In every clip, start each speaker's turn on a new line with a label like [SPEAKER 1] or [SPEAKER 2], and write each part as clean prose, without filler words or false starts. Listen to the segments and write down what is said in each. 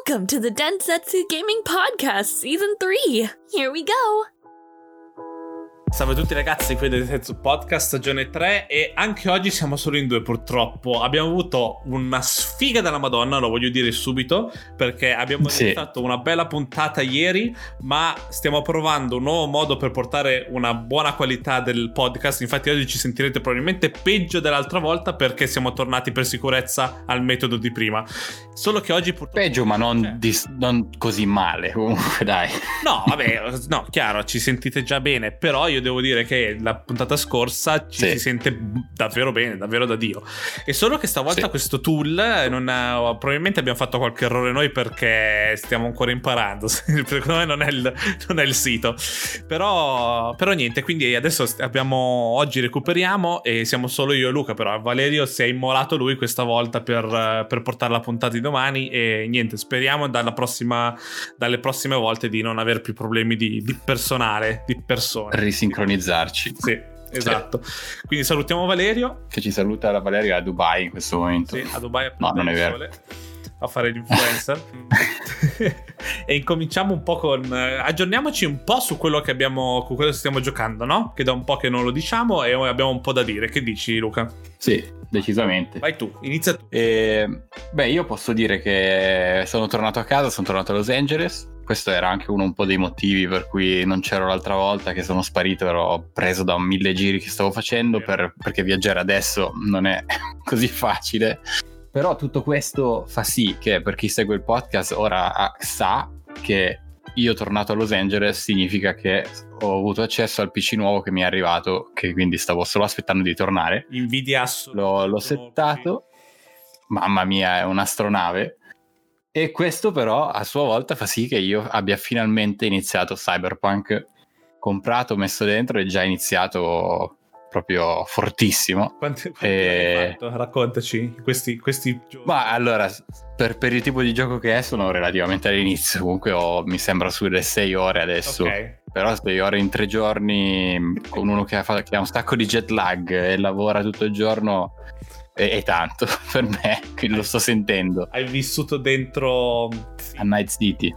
[SPEAKER 1] Welcome to the Densetsu Gaming Podcast Season 3. Here we go.
[SPEAKER 2] Salve a tutti ragazzi, qui del Densetsu Podcast stagione 3 e anche oggi siamo solo in due purtroppo. Abbiamo avuto una sfiga della Madonna, lo voglio dire subito, perché abbiamo realizzato una bella puntata ieri, ma stiamo provando un nuovo modo per portare una buona qualità del podcast. Infatti oggi ci sentirete probabilmente peggio dell'altra volta perché siamo tornati per sicurezza al metodo di prima. Solo che oggi purtroppo...
[SPEAKER 3] Peggio, ma non così male, comunque dai.
[SPEAKER 2] No, vabbè, no, chiaro, ci sentite già bene, però io devo dire che la puntata scorsa ci si sente davvero bene, davvero da Dio. E solo che stavolta questo tool probabilmente abbiamo fatto qualche errore noi perché stiamo ancora imparando. Secondo me non è il sito. Però niente, quindi adesso oggi recuperiamo e siamo solo io e Luca, però Valerio si è immolato lui questa volta per portare la puntata di domani e niente, speriamo dalle prossime volte di non aver più problemi di personale, di persone.
[SPEAKER 3] Risincronizzarci.
[SPEAKER 2] Sì, esatto. Quindi salutiamo Valerio.
[SPEAKER 3] Che ci saluta la Valeria a Dubai in questo momento.
[SPEAKER 2] Sì, a Dubai
[SPEAKER 3] no, non è vero.
[SPEAKER 2] Sole, a fare l'influencer. E incominciamo un po' aggiorniamoci un po' su quello che con quello che stiamo giocando, no? Che da un po' che non lo diciamo e abbiamo un po' da dire. Che dici, Luca?
[SPEAKER 3] Sì, decisamente.
[SPEAKER 2] Vai tu, inizia tu.
[SPEAKER 3] Io posso dire che sono tornato a casa, sono tornato a Los Angeles. Questo era anche un po' dei motivi per cui non c'ero l'altra volta, che sono sparito, ero preso da 1000 giri che stavo facendo, perché viaggiare adesso non è così facile. Però tutto questo fa sì che, per chi segue il podcast ora sa che io tornato a Los Angeles significa che ho avuto accesso al PC nuovo che mi è arrivato, che quindi stavo solo aspettando di tornare.
[SPEAKER 2] Invidia assolutamente.
[SPEAKER 3] L'ho settato, mamma mia, è un'astronave. E questo però a sua volta fa sì che io abbia finalmente iniziato Cyberpunk, comprato, messo dentro e già iniziato proprio fortissimo.
[SPEAKER 2] Quanto hai fatto? Raccontaci questi giorni.
[SPEAKER 3] Ma allora, per il tipo di gioco che è, sono relativamente all'inizio. Comunque mi sembra sulle 6 ore adesso.
[SPEAKER 2] Okay.
[SPEAKER 3] Però 6 ore in 3 giorni con uno che ha un sacco di jet lag e lavora tutto il giorno è tanto per me, quindi lo sto sentendo.
[SPEAKER 2] Hai vissuto dentro
[SPEAKER 3] a Night City?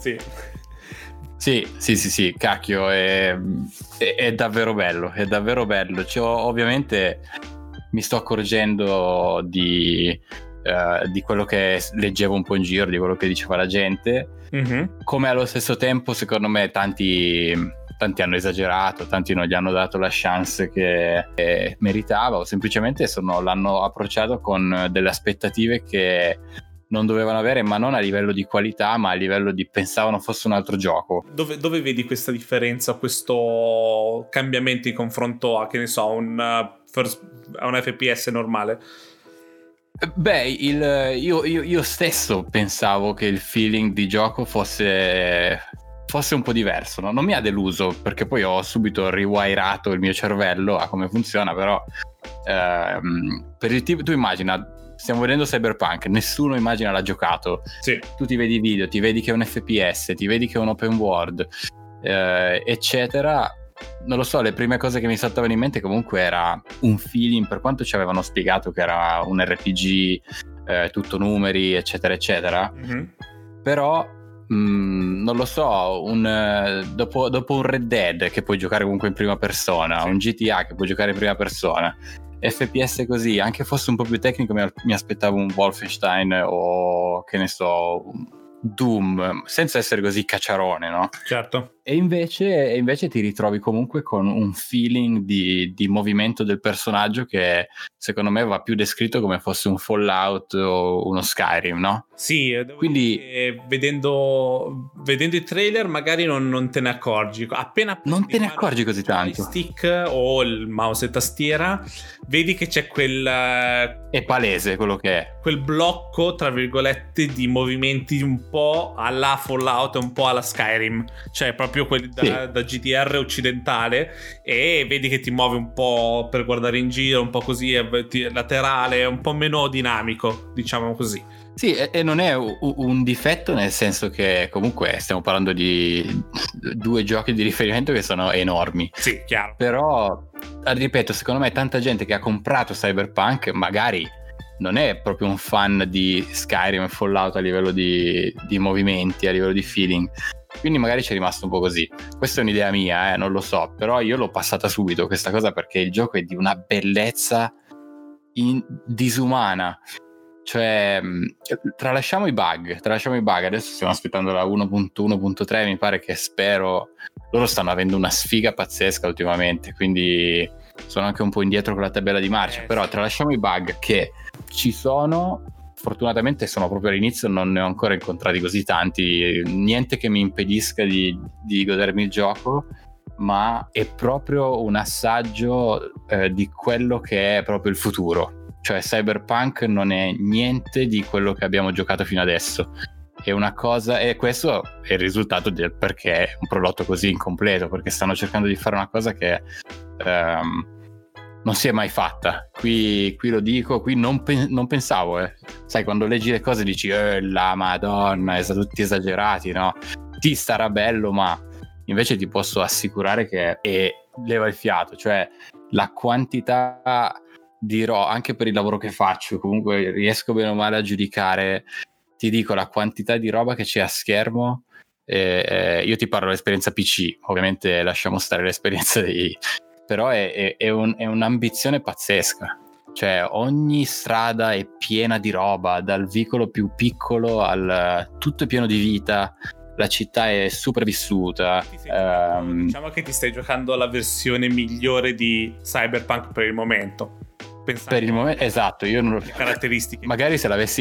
[SPEAKER 3] Sì, cacchio, è davvero bello, è davvero bello. Ovviamente mi sto accorgendo di quello che leggevo un po' in giro, di quello che diceva la gente, come allo stesso tempo secondo me tanti hanno esagerato, tanti non gli hanno dato la chance che meritava, o semplicemente l'hanno approcciato con delle aspettative che non dovevano avere, ma non a livello di qualità, ma a livello di pensavano fosse un altro gioco.
[SPEAKER 2] Dove vedi questa differenza, questo cambiamento in confronto a, che ne so, a un FPS normale?
[SPEAKER 3] Io stesso pensavo che il feeling di gioco fosse un po' diverso, no? Non mi ha deluso, perché poi ho subito rewirato il mio cervello a come funziona, però per il tipo, tu immagina, stiamo vedendo Cyberpunk, nessuno immagina l'ha giocato.
[SPEAKER 2] Sì.
[SPEAKER 3] Tu ti vedi i video, ti vedi che è un FPS, ti vedi che è un open world, eccetera. Non lo so, le prime cose che mi saltavano in mente comunque era un feeling, per quanto ci avevano spiegato che era un RPG tutto numeri, eccetera eccetera. Però non lo so, dopo un Red Dead che puoi giocare comunque in prima persona, un GTA che puoi giocare in prima persona, FPS così, anche fosse un po' più tecnico, mi aspettavo un Wolfenstein o che ne so, Doom, senza essere così cacciarone, no?
[SPEAKER 2] Certo.
[SPEAKER 3] E invece ti ritrovi comunque con un feeling di movimento del personaggio che secondo me va più descritto come fosse un Fallout o uno Skyrim, no?
[SPEAKER 2] Sì,
[SPEAKER 3] quindi
[SPEAKER 2] vedendo i trailer magari non te ne accorgi. Appena
[SPEAKER 3] non te ne accorgi così tanto.
[SPEAKER 2] Il stick o il mouse e tastiera, vedi che c'è
[SPEAKER 3] è palese quello che è.
[SPEAKER 2] Quel blocco, tra virgolette, di movimenti un po' alla Fallout e un po' alla Skyrim. Cioè proprio quelli da GDR occidentale, e vedi che ti muovi un po' per guardare in giro, un po' così laterale, un po' meno dinamico, diciamo così.
[SPEAKER 3] Sì, e non è un difetto, nel senso che comunque stiamo parlando di 2 giochi di riferimento che sono enormi.
[SPEAKER 2] Sì, chiaro.
[SPEAKER 3] Però, ripeto, secondo me tanta gente che ha comprato Cyberpunk magari non è proprio un fan di Skyrim e Fallout a livello di movimenti, a livello di feeling, quindi magari c'è rimasto un po' così. Questa è un'idea mia, non lo so, però io l'ho passata subito questa cosa perché il gioco è di una bellezza disumana. Cioè, tralasciamo i bug, adesso stiamo aspettando la 1.1.3, mi pare, che spero, loro stanno avendo una sfiga pazzesca ultimamente, quindi sono anche un po' indietro con la tabella di marcia, però tralasciamo i bug che ci sono. Fortunatamente sono proprio all'inizio, non ne ho ancora incontrati così tanti, niente che mi impedisca di godermi il gioco, ma è proprio un assaggio di quello che è proprio il futuro. Cioè Cyberpunk non è niente di quello che abbiamo giocato fino adesso, è una cosa, e questo è il risultato del perché è un prodotto così incompleto, perché stanno cercando di fare una cosa che non si è mai fatta. Qui lo dico, qui non pensavo, sai, quando leggi le cose dici la madonna, sono tutti esagerati, no? Ti starà bello, ma invece ti posso assicurare che leva il fiato, cioè la quantità dirò, anche per il lavoro che faccio, comunque riesco bene o male a giudicare, ti dico, la quantità di roba che c'è a schermo. Io ti parlo dell'esperienza PC, ovviamente lasciamo stare l'esperienza però è un'ambizione pazzesca, cioè ogni strada è piena di roba, dal vicolo più piccolo tutto è pieno di vita, la città è super vissuta.
[SPEAKER 2] Diciamo che ti stai giocando la versione migliore di Cyberpunk per il momento.
[SPEAKER 3] Per il momento, esatto, io non lo
[SPEAKER 2] caratteristiche.
[SPEAKER 3] Magari se l'avessi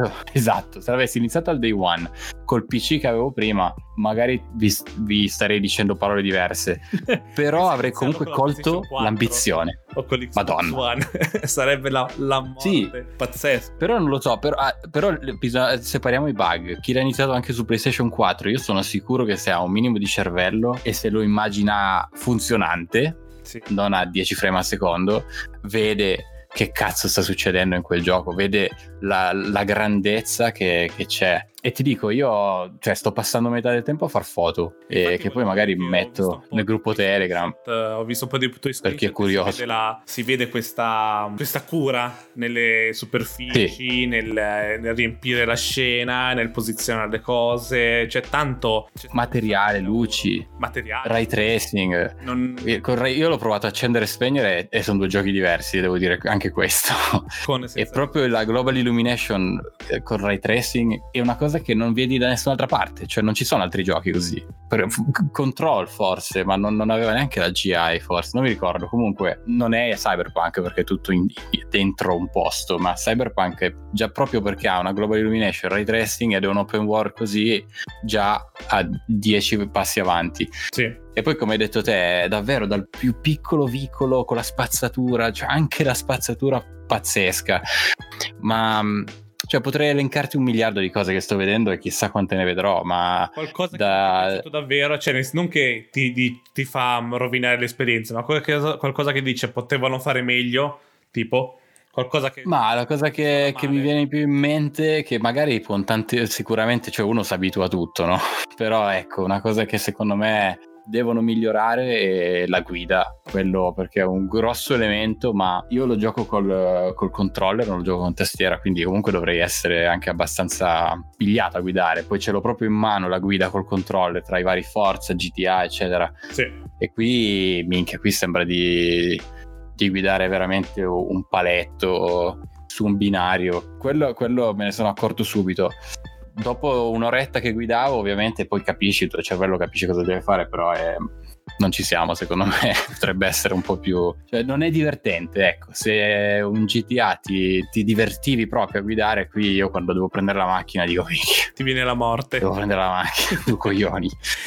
[SPEAKER 3] iniziato al day one col PC che avevo prima, magari vi starei dicendo parole diverse, però avrei comunque colto l'ambizione.
[SPEAKER 2] O con
[SPEAKER 3] Madonna.
[SPEAKER 2] One. Sarebbe la morte,
[SPEAKER 3] sì,
[SPEAKER 2] pazzesco.
[SPEAKER 3] Però non lo so, però separiamo i bug. Chi l'ha iniziato anche su PlayStation 4, io sono sicuro che se ha un minimo di cervello e se lo immagina funzionante, sì, non a 10 frame al secondo, vede che cazzo sta succedendo in quel gioco, vede la grandezza che c'è. E ti dico, io sto passando metà del tempo a far foto, e che poi magari metto nel gruppo Telegram.
[SPEAKER 2] Ho visto un po' di tuoi screenshot,
[SPEAKER 3] perché è curioso.
[SPEAKER 2] Si vede questa cura nelle superfici, sì, nel riempire la scena, nel posizionare le cose, c'è tanto
[SPEAKER 3] materiale, luci, ray tracing. Io l'ho provato a accendere e spegnere e sono due giochi diversi, devo dire anche questo. È proprio la Global Illumination con ray tracing è una cosa che non vedi da nessun'altra parte, cioè non ci sono altri giochi così. Control forse, ma non aveva neanche la GI, forse, non mi ricordo. Comunque non è Cyberpunk perché è tutto dentro un posto, ma Cyberpunk è già, proprio perché ha una Global Illumination, ray tracing ed è un open world così, già a 10 passi avanti.
[SPEAKER 2] Sì.
[SPEAKER 3] E poi, come hai detto te, davvero dal più piccolo vicolo con la spazzatura, cioè anche la spazzatura pazzesca, ma cioè potrei elencarti 1 miliardo di cose che sto vedendo e chissà quante ne vedrò, ma
[SPEAKER 2] qualcosa che mi è piaciuto davvero, cioè non che ti fa rovinare l'esperienza, ma qualcosa che dice potevano fare meglio, tipo qualcosa che...
[SPEAKER 3] Ma la cosa che mi viene più in mente, che magari sicuramente, cioè uno si abitua a tutto, no? Però ecco, una cosa che secondo me devono migliorare è la guida, quello, perché è un grosso elemento, ma io lo gioco col controller, non lo gioco con tastiera, quindi comunque dovrei essere anche abbastanza pigliato a guidare. Poi ce l'ho proprio in mano la guida col controller tra i vari Forza, GTA eccetera,
[SPEAKER 2] sì.
[SPEAKER 3] E qui sembra di guidare veramente un paletto su un binario. Quello me ne sono accorto subito. Dopo un'oretta che guidavo, ovviamente poi capisci, il tuo cervello capisce cosa deve fare, però non ci siamo, secondo me. Potrebbe essere un po' più, cioè non è divertente, ecco. Se un GTA ti divertivi proprio a guidare, qui io quando devo prendere la macchina dico
[SPEAKER 2] ti viene la morte,
[SPEAKER 3] devo prendere la macchina, tu coglioni.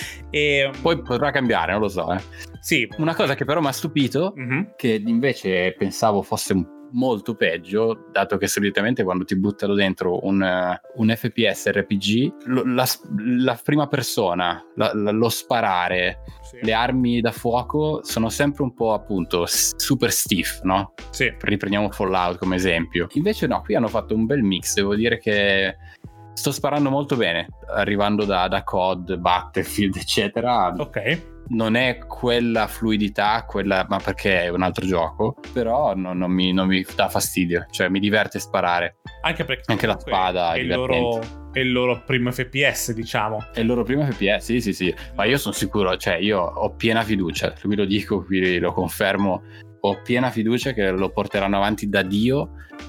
[SPEAKER 2] E
[SPEAKER 3] poi potrà cambiare, non lo so.
[SPEAKER 2] Sì.
[SPEAKER 3] Una cosa che però mi ha stupito, che invece pensavo fosse molto peggio, dato che solitamente quando ti buttano dentro un FPS RPG, la prima persona, lo sparare, sì, le armi da fuoco sono sempre un po' appunto super stiff, no?
[SPEAKER 2] Sì.
[SPEAKER 3] Riprendiamo Fallout come esempio. Invece no, qui hanno fatto un bel mix, devo dire che sto sparando molto bene, arrivando da COD, Battlefield eccetera.
[SPEAKER 2] Ok.
[SPEAKER 3] non è quella fluidità, ma perché è un altro gioco, però non mi dà fastidio, cioè mi diverte sparare.
[SPEAKER 2] Anche perché
[SPEAKER 3] anche la spada è
[SPEAKER 2] il loro primo FPS, diciamo.
[SPEAKER 3] È il loro primo FPS, sì. Ma io sono sicuro, cioè io ho piena fiducia, qui lo dico, qui lo confermo, ho piena fiducia che lo porteranno avanti da Dio,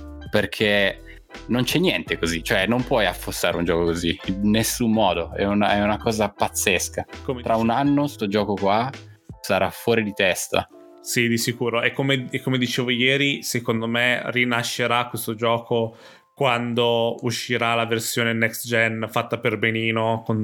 [SPEAKER 3] perché non c'è niente così, cioè non puoi affossare un gioco così in nessun modo, è una cosa pazzesca. Tra un anno sto gioco qua sarà fuori di testa.
[SPEAKER 2] Sì, di sicuro. E come dicevo ieri, secondo me rinascerà questo gioco quando uscirà la versione next gen fatta per benino, con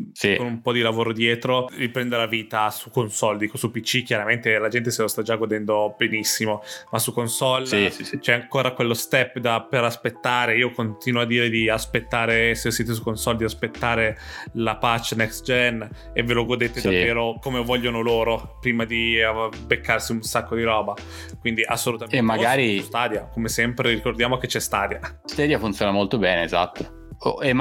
[SPEAKER 2] un po' di lavoro dietro, riprenderà vita su console. Dico, su PC chiaramente la gente se lo sta già godendo benissimo, ma su console c'è ancora quello step per aspettare. Io continuo a dire di aspettare, se siete su console, di aspettare la patch next gen e ve lo godete davvero come vogliono loro, prima di beccarsi un sacco di roba. Quindi assolutamente.
[SPEAKER 3] E magari
[SPEAKER 2] Stadia, come sempre ricordiamo che c'è Stadia
[SPEAKER 3] funziona molto bene, esatto. E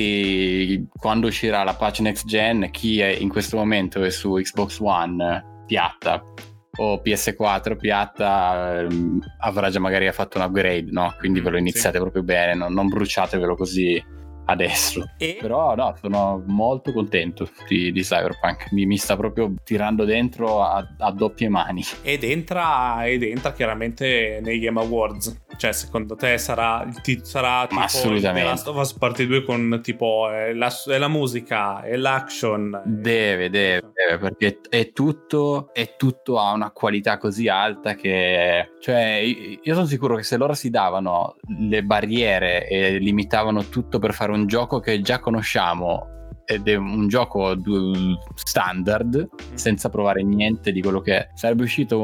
[SPEAKER 3] magari quando uscirà la patch next gen, chi è in questo momento è su Xbox One piatta o PS4 piatta, avrà già magari fatto un upgrade, no? Quindi ve lo iniziate proprio bene, non bruciatevelo così adesso. Però no, sono molto contento di Cyberpunk, mi sta proprio tirando dentro a doppie mani. Ed
[SPEAKER 2] entra chiaramente nei Game Awards. Cioè, secondo te sarà tipo
[SPEAKER 3] assolutamente
[SPEAKER 2] The Last of Us Part 2 con tipo la musica e l'action?
[SPEAKER 3] Deve, perché è tutto a una qualità così alta che, cioè, io sono sicuro che se loro si davano le barriere e limitavano tutto per fare un gioco che già conosciamo ed è un gioco standard, senza provare niente di quello che sarebbe uscito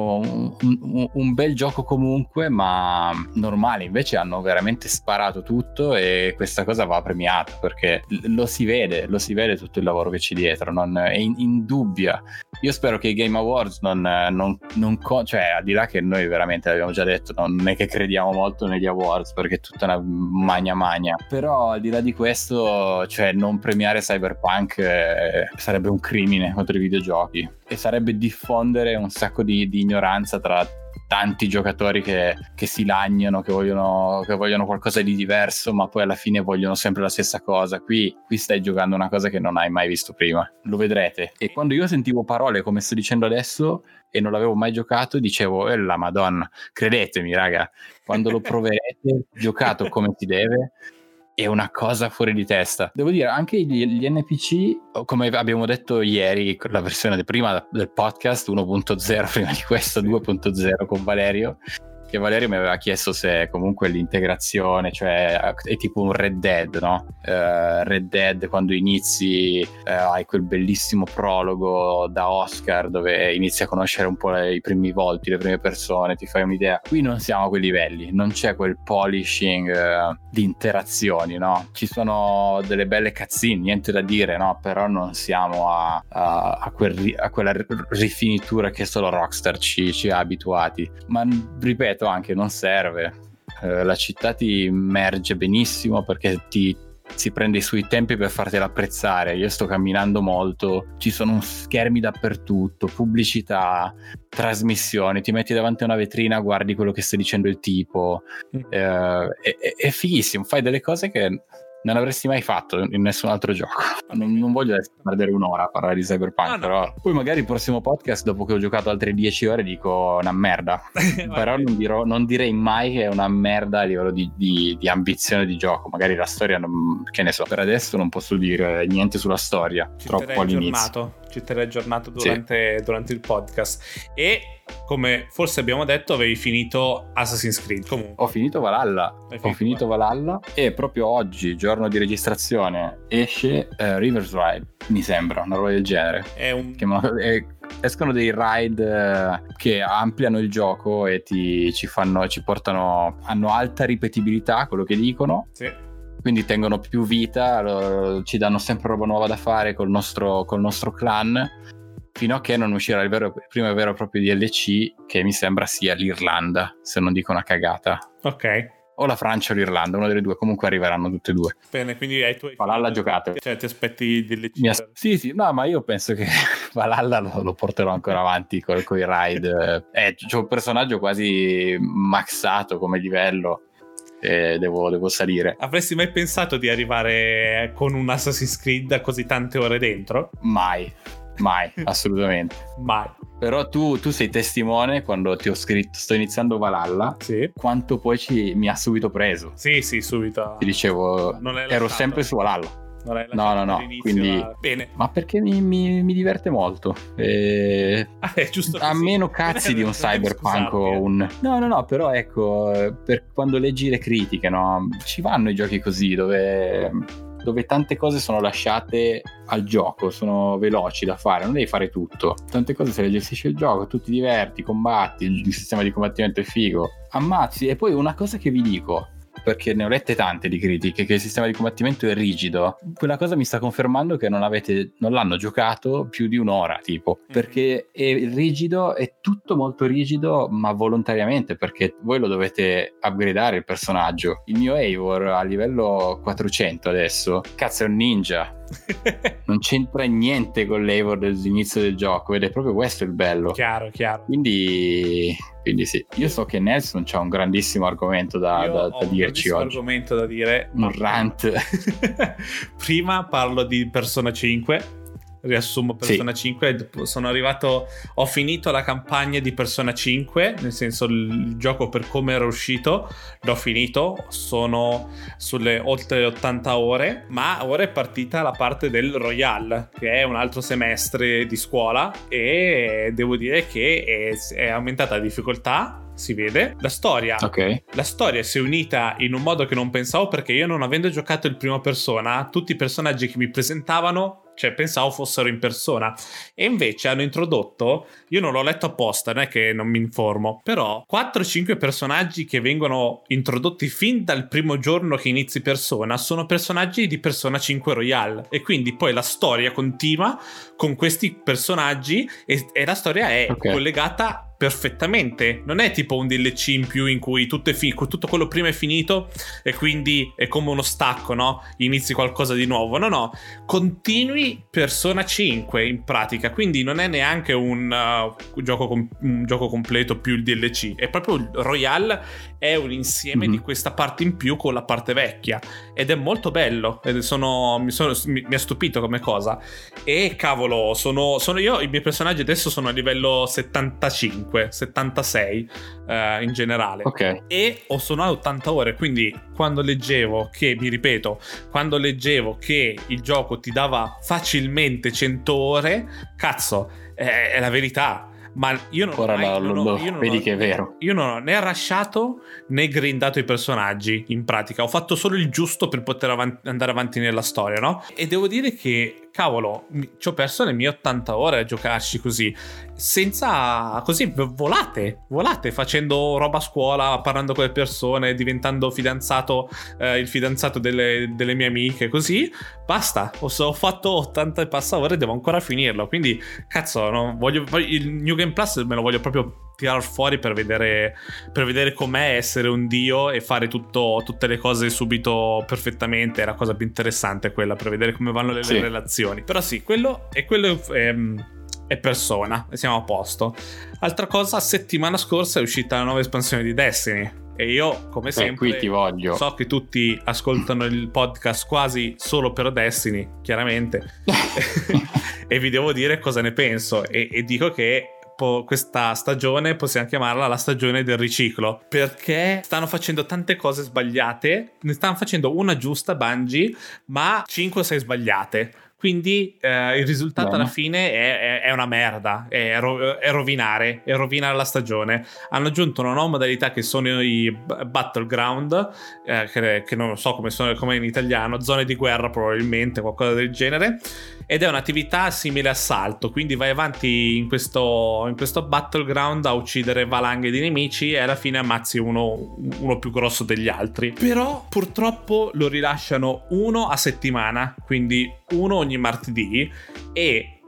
[SPEAKER 3] un bel gioco comunque, ma normale. Invece hanno veramente sparato tutto e questa cosa va premiata, perché lo si vede tutto il lavoro che c'è dietro, è indubbia. Io spero che i Game Awards cioè, al di là che noi veramente l'abbiamo già detto, non è che crediamo molto negli awards perché è tutta una magna, però al di là di questo, cioè, non premiare Cyberpunk sarebbe un crimine contro i videogiochi e sarebbe diffondere un sacco di ignoranza tra tanti giocatori che si lagnano, che vogliono qualcosa di diverso, ma poi alla fine vogliono sempre la stessa cosa. Qui stai giocando una cosa che non hai mai visto prima, lo vedrete. E quando io sentivo parole come sto dicendo adesso e non l'avevo mai giocato, dicevo la Madonna, credetemi raga, quando lo proverete giocato come si deve, è una cosa fuori di testa. Devo dire, anche gli NPC, come abbiamo detto ieri, la versione prima del podcast 1.0, prima di questo 2.0 con Valerio, che Valerio mi aveva chiesto se comunque l'integrazione, cioè è tipo un Red Dead, no? Red Dead, quando inizi hai quel bellissimo prologo da Oscar dove inizi a conoscere un po' i primi volti, le prime persone, ti fai un'idea. Qui non siamo a quei livelli, non c'è quel polishing di interazioni, no? Ci sono delle belle cutscene, niente da dire, no? Però non siamo a quella rifinitura che solo Rockstar ci ha abituati. Ma ripeto, anche non serve, la città ti immerge benissimo perché si prende i suoi tempi per fartela apprezzare. Io sto camminando molto, ci sono schermi dappertutto, pubblicità, trasmissioni, ti metti davanti a una vetrina, guardi quello che sta dicendo il tipo, è fighissimo, fai delle cose che non avresti mai fatto in nessun altro gioco. Non voglio perdere un'ora a parlare di Cyberpunk, però poi magari il prossimo podcast, dopo che ho giocato altre 10 ore, dico una merda. Però non direi mai che è una merda a livello di ambizione di gioco. Magari la storia, che ne so, per adesso non posso dire niente sulla storia, troppo all'inizio.
[SPEAKER 2] Ci terrei aggiornato durante il podcast. E come forse abbiamo detto, avevi finito Assassin's Creed. Comunque
[SPEAKER 3] ho finito Valhalla e proprio oggi, giorno di registrazione, esce River's Ride, mi sembra, una roba del genere. Escono dei ride che ampliano il gioco e hanno alta ripetibilità, quello che dicono.
[SPEAKER 2] Sì.
[SPEAKER 3] Quindi tengono più vita, ci danno sempre roba nuova da fare col nostro clan, fino a che non uscirà il primo vero e proprio DLC, che mi sembra sia l'Irlanda, se non dico una cagata.
[SPEAKER 2] Ok.
[SPEAKER 3] o la Francia o l'Irlanda, una delle due, comunque arriveranno tutte e due.
[SPEAKER 2] Bene, quindi hai i tuoi
[SPEAKER 3] Valhalla giocate.
[SPEAKER 2] Cioè ti aspetti delle
[SPEAKER 3] Sì, no, ma io penso che Valhalla lo porterò ancora avanti con i raid. C'è un personaggio quasi maxato come livello. Devo salire.
[SPEAKER 2] Avresti mai pensato di arrivare con un Assassin's Creed a così tante ore dentro?
[SPEAKER 3] Mai, assolutamente.
[SPEAKER 2] Mai.
[SPEAKER 3] Però tu sei testimone quando ti ho scritto sto iniziando Valhalla,
[SPEAKER 2] sì.
[SPEAKER 3] Quanto poi mi ha subito preso.
[SPEAKER 2] Sì, subito.
[SPEAKER 3] Ti dicevo, ero sempre su Valhalla. No, quindi
[SPEAKER 2] bene.
[SPEAKER 3] Ma perché mi diverte molto.
[SPEAKER 2] È giusto
[SPEAKER 3] a meno cazzi di un Cyberpunk o un... No, però ecco, per quando leggi le critiche, no, ci vanno i giochi così dove tante cose sono lasciate al gioco, sono veloci da fare, non devi fare tutto. Tante cose se le gestisci il gioco, tu ti diverti, combatti, il sistema di combattimento è figo, ammazzi. E poi una cosa che vi dico, perché ne ho lette tante di critiche, che il sistema di combattimento è rigido. Quella cosa mi sta confermando che non l'hanno giocato più di un'ora, tipo, perché è rigido, è tutto molto rigido, ma volontariamente, perché voi lo dovete upgradare il personaggio. Il mio Eivor a livello 400 adesso, cazzo, è un ninja. Non c'entra niente con l'Eivor dell'inizio del gioco, ed è proprio questo il bello.
[SPEAKER 2] Chiaro.
[SPEAKER 3] Quindi sì, io so che Nelson c'ha un grandissimo argomento da dirci oggi.
[SPEAKER 2] Argomento da dire.
[SPEAKER 3] Un rant.
[SPEAKER 2] Prima parlo di Persona 5. Riassumo Persona 5. Ho finito la campagna di Persona 5, nel senso il gioco per come era uscito l'ho finito, sono sulle oltre 80 ore, ma ora è partita la parte del Royale, che è un altro semestre di scuola, e devo dire che è aumentata la difficoltà. Si vede la storia si è unita in un modo che non pensavo, perché io, non avendo giocato il primo Persona, tutti i personaggi che mi presentavano, cioè, pensavo fossero in persona, e invece hanno introdotto, io non l'ho letto apposta, non è che non mi informo, però 4-5 personaggi che vengono introdotti fin dal primo giorno che inizi Persona sono personaggi di Persona 5 Royale, e quindi poi la storia continua con questi personaggi, e la storia è collegata perfettamente. Non è tipo un DLC in più in cui tutto quello prima è finito e quindi è come uno stacco, no? Inizi qualcosa di nuovo. No, continui Persona 5 in pratica, quindi non è neanche un gioco completo più il DLC, è proprio il Royale, è un insieme di questa parte in più con la parte vecchia, ed è molto bello, ed mi ha stupito come cosa. E cavolo, sono io, i miei personaggi adesso sono a livello 76 in generale, e sono a 80 ore, quindi quando leggevo che il gioco ti dava facilmente 100 ore, cazzo, è la verità. Ma io non
[SPEAKER 3] vedi che è vero.
[SPEAKER 2] Io non ho né rushato né grindato i personaggi, in pratica ho fatto solo il giusto per poter andare avanti nella storia, no? E devo dire che, cavolo, ci ho perso le mie 80 ore a giocarci così, senza, così, volate, facendo roba a scuola, parlando con le persone, diventando il fidanzato delle mie amiche, così, basta, ho fatto 80 e passa ore, devo ancora finirlo, quindi, cazzo, il New Game Plus me lo voglio proprio tirar fuori per vedere com'è essere un dio e fare tutte le cose subito perfettamente. È la cosa più interessante quella, per vedere come vanno le relazioni. Però sì, quello è Persona, e siamo a posto. Altra cosa, settimana scorsa è uscita la nuova espansione di Destiny, e io, come sempre,
[SPEAKER 3] qui ti voglio.
[SPEAKER 2] So che tutti ascoltano il podcast quasi solo per Destiny, chiaramente. E vi devo dire cosa ne penso, e dico che questa stagione possiamo chiamarla la stagione del riciclo, perché stanno facendo tante cose sbagliate, ne stanno facendo una giusta Bungie, ma 5 o 6 sbagliate. Quindi il risultato alla fine è una merda, è rovinare la stagione. Hanno aggiunto una nuova modalità che sono i Battleground, che non so come in italiano, zone di guerra probabilmente, qualcosa del genere, ed è un'attività simile a Assalto, quindi vai avanti in questo Battleground a uccidere valanghe di nemici, e alla fine ammazzi uno più grosso degli altri. Però purtroppo lo rilasciano uno a settimana, quindi uno ogni martedì, e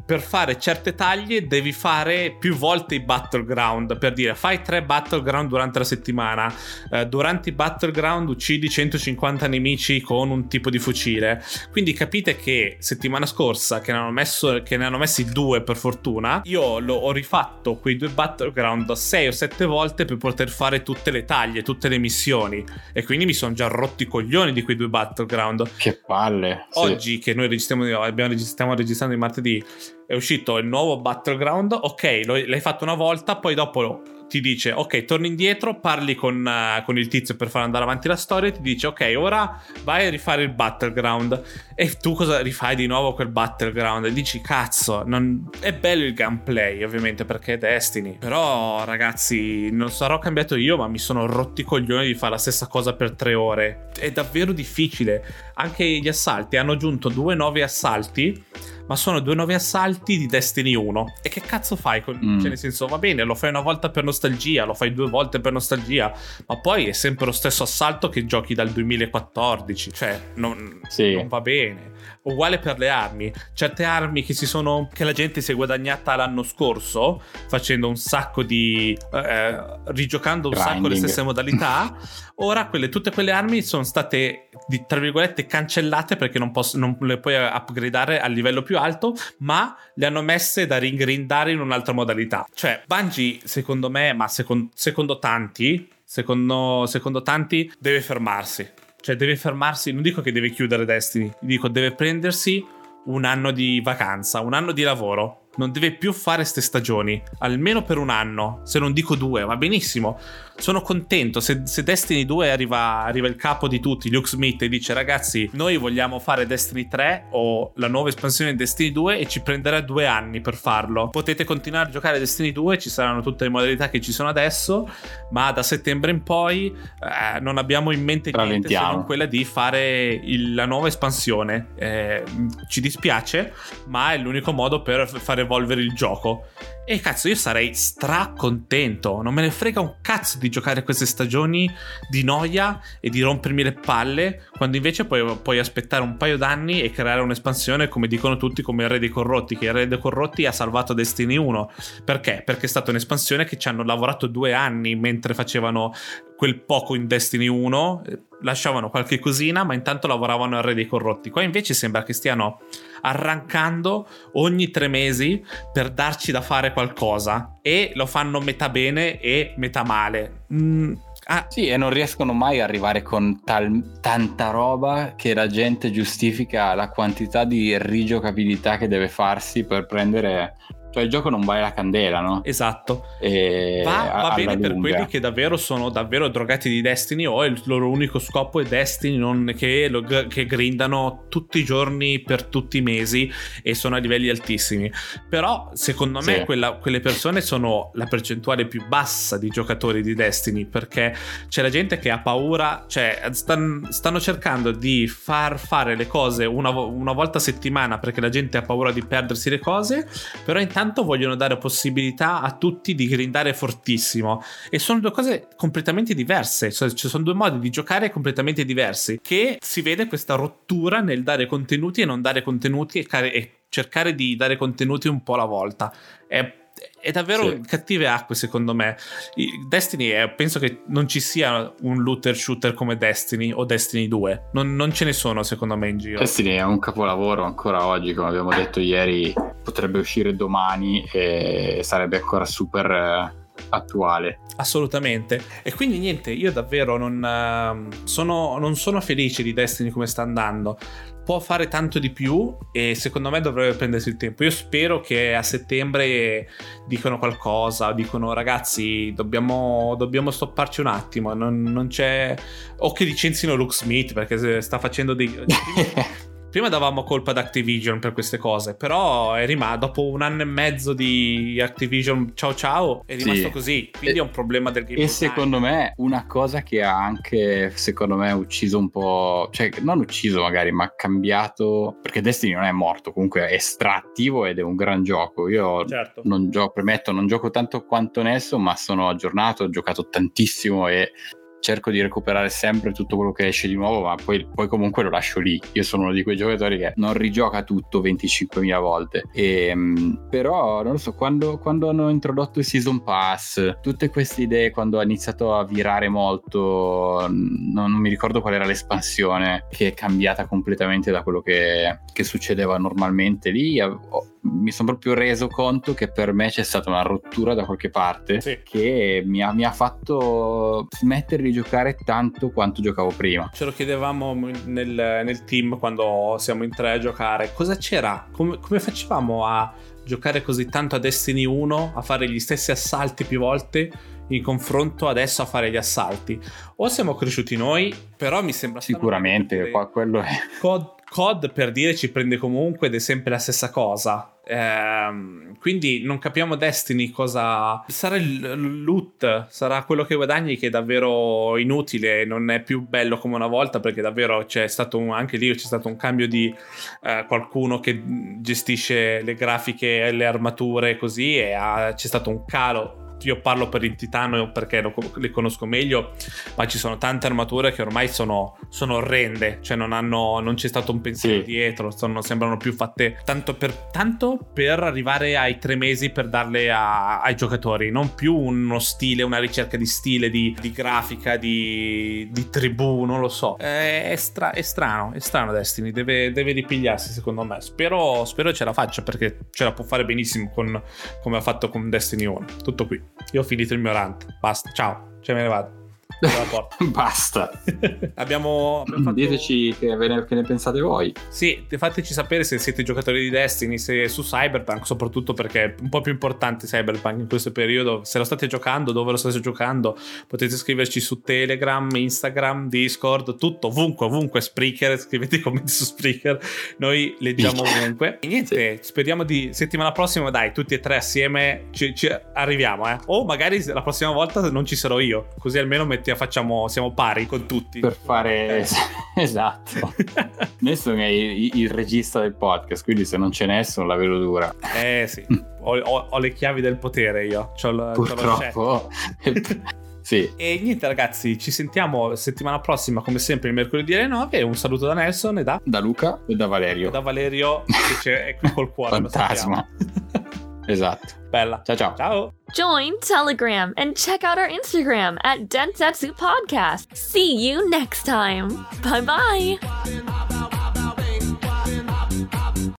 [SPEAKER 2] per fare certe taglie devi fare più volte i battleground, per dire fai 3 battleground durante la settimana, durante i battleground uccidi 150 nemici con un tipo di fucile, quindi capite che settimana scorsa che ne hanno messi 2 per fortuna, io ho rifatto quei 2 battleground 6 o 7 volte per poter fare tutte le taglie, tutte le missioni, e quindi mi sono già rotti i coglioni di quei 2 battleground.
[SPEAKER 3] Che palle.
[SPEAKER 2] Oggi che noi stiamo registrando il martedì, è uscito il nuovo battleground. Ok, l'hai fatto una volta, poi dopo ti dice ok, torni indietro, parli con il tizio per far andare avanti la storia, e ti dice ok, ora vai a rifare il battleground, e tu cosa rifai di nuovo quel battleground e dici cazzo, è bello il gameplay ovviamente perché è Destiny, però ragazzi non sarò cambiato io, ma mi sono rotti i coglioni di fare la stessa cosa per 3 ore. È davvero difficile. Anche gli assalti, hanno aggiunto 2 nuovi assalti, ma sono 2 nuovi assalti di Destiny 1. E che cazzo fai? Cioè, nel senso, va bene, lo fai una volta per nostalgia, lo fai 2 volte per nostalgia, ma poi è sempre lo stesso assalto che giochi dal 2014. Cioè, non va bene. Uguale per le armi. Certe armi che la gente si è guadagnata l'anno scorso facendo un sacco di rigiocando un sacco le stesse modalità, ora tutte quelle armi sono state tra virgolette cancellate perché non le puoi upgradare al livello più alto, ma le hanno messe da ringrindare in un'altra modalità. Cioè Bungie, secondo me, ma secondo tanti deve fermarsi. Cioè deve fermarsi, non dico che deve chiudere Destiny, dico deve prendersi un anno di vacanza, un anno di lavoro. Non deve più fare ste stagioni, almeno per un anno, se non dico 2, va benissimo. Sono contento se Destiny 2 arriva il capo di tutti, Luke Smith, e dice ragazzi, noi vogliamo fare Destiny 3 o la nuova espansione di Destiny 2 e ci prenderà 2 anni per farlo. Potete continuare a giocare Destiny 2, ci saranno tutte le modalità che ci sono adesso, ma da settembre in poi non abbiamo in mente niente se non quella di fare la nuova espansione. Ci dispiace, ma è l'unico modo per fare evolvere il gioco. E cazzo, io sarei stracontento, non me ne frega un cazzo di giocare queste stagioni di noia e di rompermi le palle, quando invece puoi aspettare un paio d'anni e creare un'espansione, come dicono tutti, come il Re dei Corrotti, che il Re dei Corrotti ha salvato Destiny 1. Perché? Perché è stata un'espansione che ci hanno lavorato 2 anni mentre facevano quel poco in Destiny 1, lasciavano qualche cosina, ma intanto lavoravano al Re dei Corrotti. Qua invece sembra che stiano arrancando ogni 3 mesi per darci da fare qualcosa, e lo fanno metà bene e metà male.
[SPEAKER 3] Sì, e non riescono mai ad arrivare con tanta roba che la gente giustifica la quantità di rigiocabilità che deve farsi per prendere. Cioè il gioco non vale la candela, no?
[SPEAKER 2] Esatto. Va bene per quelli che davvero sono davvero drogati di Destiny, o il loro unico scopo è Destiny, non che grindano tutti i giorni per tutti i mesi e sono a livelli altissimi. Però secondo me quelle persone sono la percentuale più bassa di giocatori di Destiny, perché c'è la gente che ha paura, cioè stanno cercando di far fare le cose una volta a settimana perché la gente ha paura di perdersi le cose, però intanto vogliono dare possibilità a tutti di grindare fortissimo, e sono 2 cose completamente diverse. Cioè, ci sono 2 modi di giocare completamente diversi, che si vede questa rottura nel dare contenuti e non dare contenuti e cercare di dare contenuti un po' alla volta. È davvero cattive acque, secondo me. Destiny penso che non ci sia un looter shooter come Destiny o Destiny 2, non ce ne sono secondo me in giro.
[SPEAKER 3] Destiny è un capolavoro ancora oggi, come abbiamo detto ieri, potrebbe uscire domani e sarebbe ancora super attuale.
[SPEAKER 2] Assolutamente. E quindi niente, io davvero non sono felice di Destiny come sta andando. Può fare tanto di più e secondo me dovrebbe prendersi il tempo. Io spero che a settembre dicano qualcosa, dicono ragazzi dobbiamo stopparci un attimo, non c'è, o che licenzino Luke Smith perché sta facendo dei prima davamo colpa ad Activision per queste cose, però è rimasto, dopo 1 anno e mezzo di Activision ciao è rimasto così, quindi è un problema del game.
[SPEAKER 3] E secondo me una cosa che ha anche secondo me ucciso un po', cioè non ucciso magari, ma cambiato, perché Destiny non è morto, comunque è strattivo ed è un gran gioco. Io premetto, non gioco tanto quanto Nesso, ma sono aggiornato, ho giocato tantissimo e cerco di recuperare sempre tutto quello che esce di nuovo, ma poi comunque lo lascio lì. Io sono uno di quei giocatori che non rigioca tutto 25.000 volte. Però non lo so, quando hanno introdotto il Season Pass, tutte queste idee, quando ha iniziato a virare molto, non mi ricordo qual era l'espansione, che è cambiata completamente da quello che succedeva normalmente lì, mi sono proprio reso conto che per me c'è stata una rottura da qualche parte, sì, che mi ha fatto smettere di giocare tanto quanto giocavo prima.
[SPEAKER 2] Ce lo chiedevamo nel team quando siamo in 3 a giocare, cosa c'era? Come facevamo a giocare così tanto a Destiny 1, a fare gli stessi assalti più volte in confronto adesso a fare gli assalti? O siamo cresciuti noi, però mi sembra
[SPEAKER 3] sicuramente quello è
[SPEAKER 2] COD per dire ci prende comunque ed è sempre la stessa cosa. Quindi non capiamo Destiny cosa sarà, il loot sarà quello che guadagni, che è davvero inutile, non è più bello come una volta, perché davvero c'è stato anche lì c'è stato un cambio di qualcuno che gestisce le grafiche e le armature così, e c'è stato un calo. Io parlo per il Titano perché le conosco meglio, ma ci sono tante armature che ormai sono orrende, cioè non c'è stato un pensiero dietro, sembrano più fatte tanto per arrivare ai 3 mesi per darle ai giocatori, non più uno stile, una ricerca di stile, di grafica, di tribù, non lo so. È strano Destiny, deve ripigliarsi secondo me. Spero ce la faccia, perché ce la può fare benissimo come ha fatto con Destiny 1. Tutto qui. Io ho finito il mio rant. Basta, ciao, me ne vado.
[SPEAKER 3] Basta.
[SPEAKER 2] abbiamo fatto...
[SPEAKER 3] Diteci che ne pensate voi.
[SPEAKER 2] Sì, fateci sapere se siete giocatori di Destiny, se su Cyberpunk, soprattutto perché è un po' più importante Cyberpunk in questo periodo. Se lo state giocando, dove lo state giocando, potete scriverci su Telegram, Instagram, Discord, tutto, ovunque, Spreaker, scrivete i commenti su Spreaker, noi leggiamo ovunque. E niente, speriamo di settimana prossima, dai, tutti e 3 assieme ci arriviamo, o magari la prossima volta non ci sarò io, così almeno siamo pari con tutti
[SPEAKER 3] per fare esatto. Nessuno è il regista del podcast, quindi se non c'è nessuno la vedo dura.
[SPEAKER 2] Sì, ho le chiavi del potere io,
[SPEAKER 3] purtroppo. Sì.
[SPEAKER 2] E niente ragazzi, ci sentiamo settimana prossima come sempre il mercoledì alle 9. Un saluto da Nelson e da
[SPEAKER 3] Luca e da Valerio.
[SPEAKER 2] Che è qui col cuore.
[SPEAKER 3] Fantasma. Esatto.
[SPEAKER 2] Bella.
[SPEAKER 3] Ciao.
[SPEAKER 1] Join Telegram and check out our Instagram at Densetsu Podcast. See you next time. Bye bye.